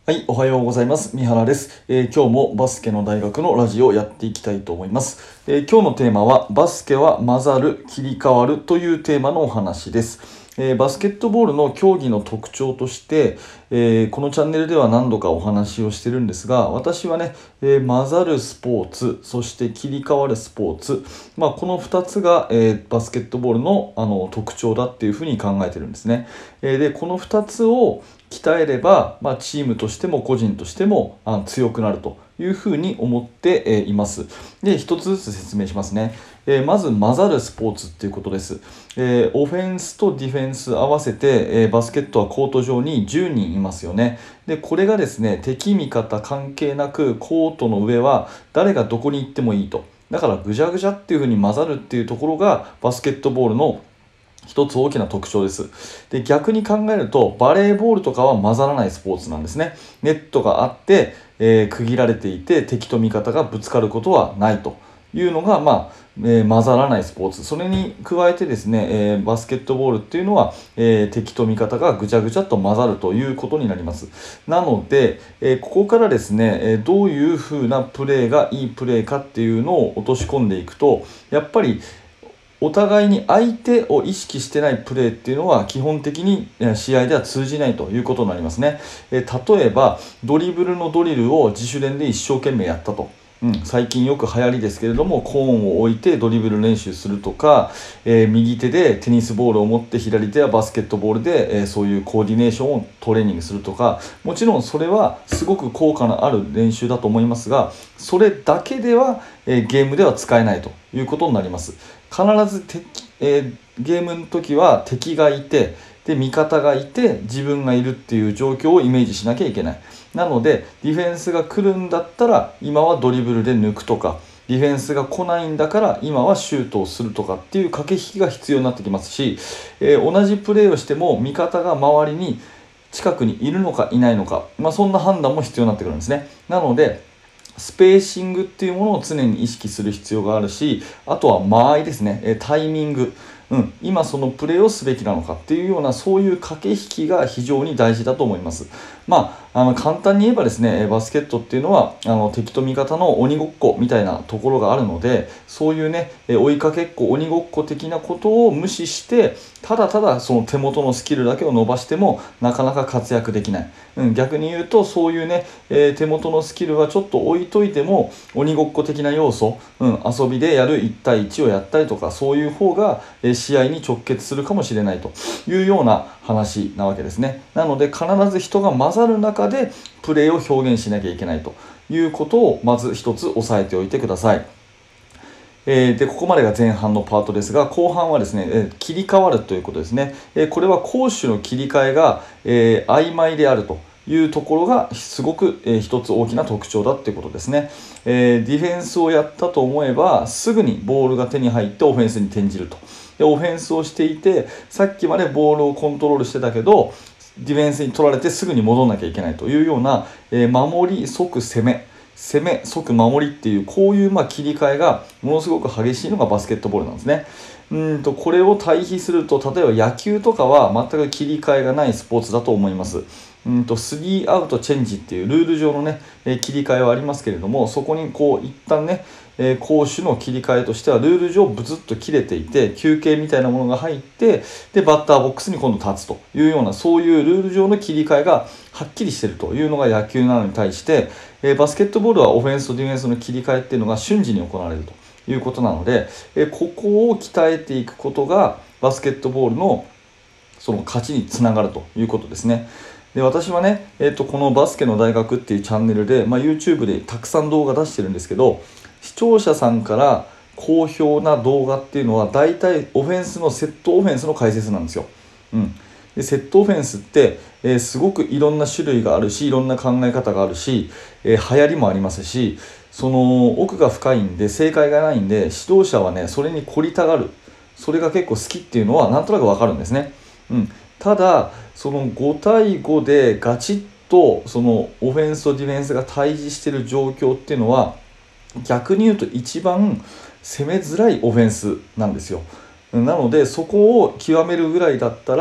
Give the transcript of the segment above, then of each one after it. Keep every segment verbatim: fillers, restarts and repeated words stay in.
はい、おはようございます。三原です、えー今日もバスケの大学のラジオをやっていきたいと思います。えー今日のテーマはバスケは混ざる、切り替わるというテーマのお話です。えーバスケットボールの競技の特徴として、えーこのチャンネルでは何度かお話をしてるんですが、私はね、えー混ざるスポーツ、そして切り替わるスポーツ、まあ、このふたつが、えーバスケットボールの、あの特徴だっていうふうに考えてるんですね。えーで、このふたつを鍛えれば、まあ、チームとしても個人としてもあ強くなるというふうに思って、えーいます。で、一つずつ説明しますね。えーまず混ざるスポーツっていうことです。えーオフェンスとディフェンス合わせて、えーバスケットはコート上にじゅうにんいますよね。で、これがですね、敵味方関係なくコートの上は誰がどこに行ってもいいと。だからぐちゃぐちゃっていうふうに混ざるっていうところがバスケットボールの一つ大きな特徴です。で、逆に考えるとバレーボールとかは混ざらないスポーツなんですね。ネットがあって、えー区切られていて敵と味方がぶつかることはないというのが、まあえー混ざらないスポーツ。それに加えてですね、えーバスケットボールっていうのは、えー敵と味方がぐちゃぐちゃっと混ざるということになります。なので、えーここからですね、えーどういう風なプレーがいいプレーかっていうのを落とし込んでいくと、やっぱりお互いに相手を意識してないプレーっていうのは基本的にえー試合では通じないということになりますね。えー例えばドリブルのドリルを自主練で一生懸命やったと。うん、最近よく流行りですけれども、コーンを置いてドリブル練習するとか、えー右手でテニスボールを持って左手はバスケットボールで、えーそういうコーディネーションをトレーニングするとか、もちろんそれはすごく効果のある練習だと思いますが、それだけでは、えーゲームでは使えないということになります。必ず敵、えーゲームの時は敵がいて、で味方がいて自分がいるっていう状況をイメージしなきゃいけない。なのでディフェンスが来るんだったら今はドリブルで抜くとか、ディフェンスが来ないんだから今はシュートをするとかっていう駆け引きが必要になってきますし、えー同じプレーをしても味方が周りに近くにいるのかいないのか、まあ、そんな判断も必要になってくるんですね。なのでスペーシングっていうものを常に意識する必要があるし、あとは間合いですね、えタイミング、うん、今そのプレーをすべきなのかっていうような、そういう駆け引きが非常に大事だと思います。まあ、あの簡単に言えばですね、バスケットっていうのはあの敵と味方の鬼ごっこみたいなところがあるので、そういうね、追いかけっこ、鬼ごっこ的なことを無視して、ただただその手元のスキルだけを伸ばしてもなかなか活躍できない。うん、逆に言うとそういうね、えー手元のスキルはちょっと置いといても鬼ごっこ的な要素、うん、遊びでやるいち対いちをやったりとか、そういう方が、えー試合に直結するかもしれないというような話なわけですね。なので必ず人が混ざる中でプレーを表現しなきゃいけないということをまず一つ押さえておいてください。えーでここまでが前半のパートですが、後半はですね、えー切り替わるということですね。えーこれは攻守の切り替えが、えー曖昧であるというところがすごく、えー一つ大きな特徴だということですね。えーディフェンスをやったと思えばすぐにボールが手に入ってオフェンスに転じると。でオフェンスをしていて、さっきまでボールをコントロールしてたけどディフェンスに取られてすぐに戻らなきゃいけないというような、えー守り即攻め、攻め即守りっていう、こういうまあ切り替えがものすごく激しいのがバスケットボールなんですね。うんとこれを対比すると、例えば野球とかは全く切り替えがないスポーツだと思います。うんとスリーアウトチェンジっていうルール上のね、えー切り替えはありますけれども、そこにこう一旦ね、えー攻守の切り替えとしてはルール上ブツッと切れていて、休憩みたいなものが入って、でバッターボックスに今度立つというような、そういうルール上の切り替えがはっきりしているというのが野球なのに対して、えーバスケットボールはオフェンスとディフェンスの切り替えっていうのが瞬時に行われるということなので、えーここを鍛えていくことがバスケットボールのその勝ちにつながるということですね。で私はね、えー、とこのバスケの大学っていうチャンネルで、まあ、YouTube でたくさん動画出してるんですけど、視聴者さんから好評な動画っていうのは大体オフェンスのセットオフェンスの解説なんですよ。うん、でセットオフェンスって、えーすごくいろんな種類があるし、いろんな考え方があるし、えー流行りもありますし、その奥が深いんで正解がないんで、指導者はねそれに凝りたがる、それが結構好きっていうのはなんとなくわかるんですね。うん、ただそのご対ごでガチッとそのオフェンスとディフェンスが対峙している状況っていうのは、逆に言うと一番攻めづらいオフェンスなんですよ。なのでそこを極めるぐらいだったら、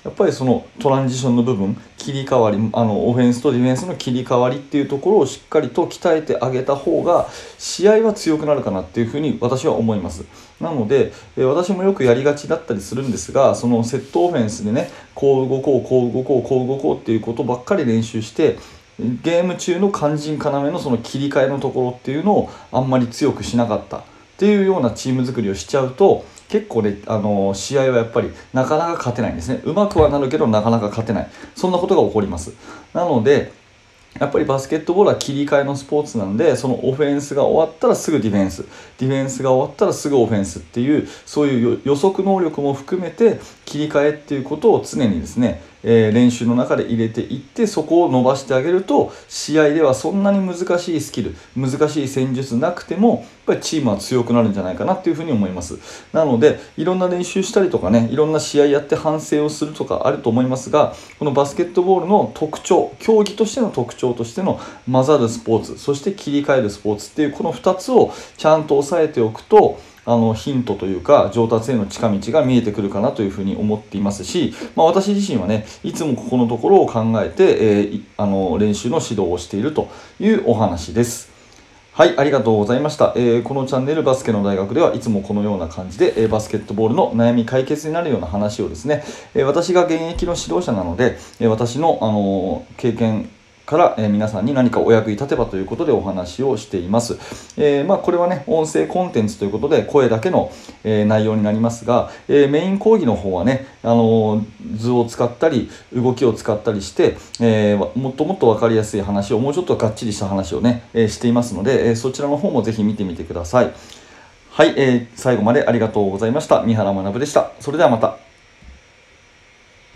やっぱりそのトランジションの部分、切り替わり、あのオフェンスとディフェンスの切り替わりっていうところをしっかりと鍛えてあげた方が試合は強くなるかなっていうふうに私は思います。なので、えー私もよくやりがちだったりするんですが、そのセットオフェンスでね、こう動こうこう動こうこう動こうっていうことばっかり練習して、ゲーム中の肝心要のその切り替えのところっていうのをあんまり強くしなかったっていうようなチーム作りをしちゃうと、結構ね、あの試合はやっぱりなかなか勝てないんですね。うまくはなるけどなかなか勝てない、そんなことが起こります。なのでやっぱりバスケットボールは切り替えのスポーツなんで、そのオフェンスが終わったらすぐディフェンス、ディフェンスが終わったらすぐオフェンスっていう、そういう予測能力も含めて切り替えっていうことを常にですね、えー練習の中で入れていって、そこを伸ばしてあげると、試合ではそんなに難しいスキル、難しい戦術なくてもやっぱりチームは強くなるんじゃないかなっていうふうに思います。なのでいろんな練習したりとかね、いろんな試合やって反省をするとかあると思いますが、このバスケットボールの特徴、競技としての特徴としての混ざるスポーツ、そして切り替えるスポーツっていうこのふたつをちゃんと押さえておくと、あのヒントというか上達への近道が見えてくるかなというふうに思っていますし、まあ、私自身はね、いつもここのところを考えて、えーいあの練習の指導をしているというお話です。はい、ありがとうございました。えーこのチャンネルバスケの大学ではいつもこのような感じで、えーバスケットボールの悩み解決になるような話をですね、えー私が現役の指導者なので、えー私の、あのー経験から、えー皆さんに何かお役に立てばということでお話をしています。えーまあ、これはね、音声コンテンツということで声だけの、えー内容になりますが、えーメイン講義の方はね、あのー図を使ったり動きを使ったりして、えーもっともっと分かりやすい話を、もうちょっとがっちりした話をね、えーしていますので、えーそちらの方もぜひ見てみてください。はい、えー最後までありがとうございました。三原学でした。それではまた。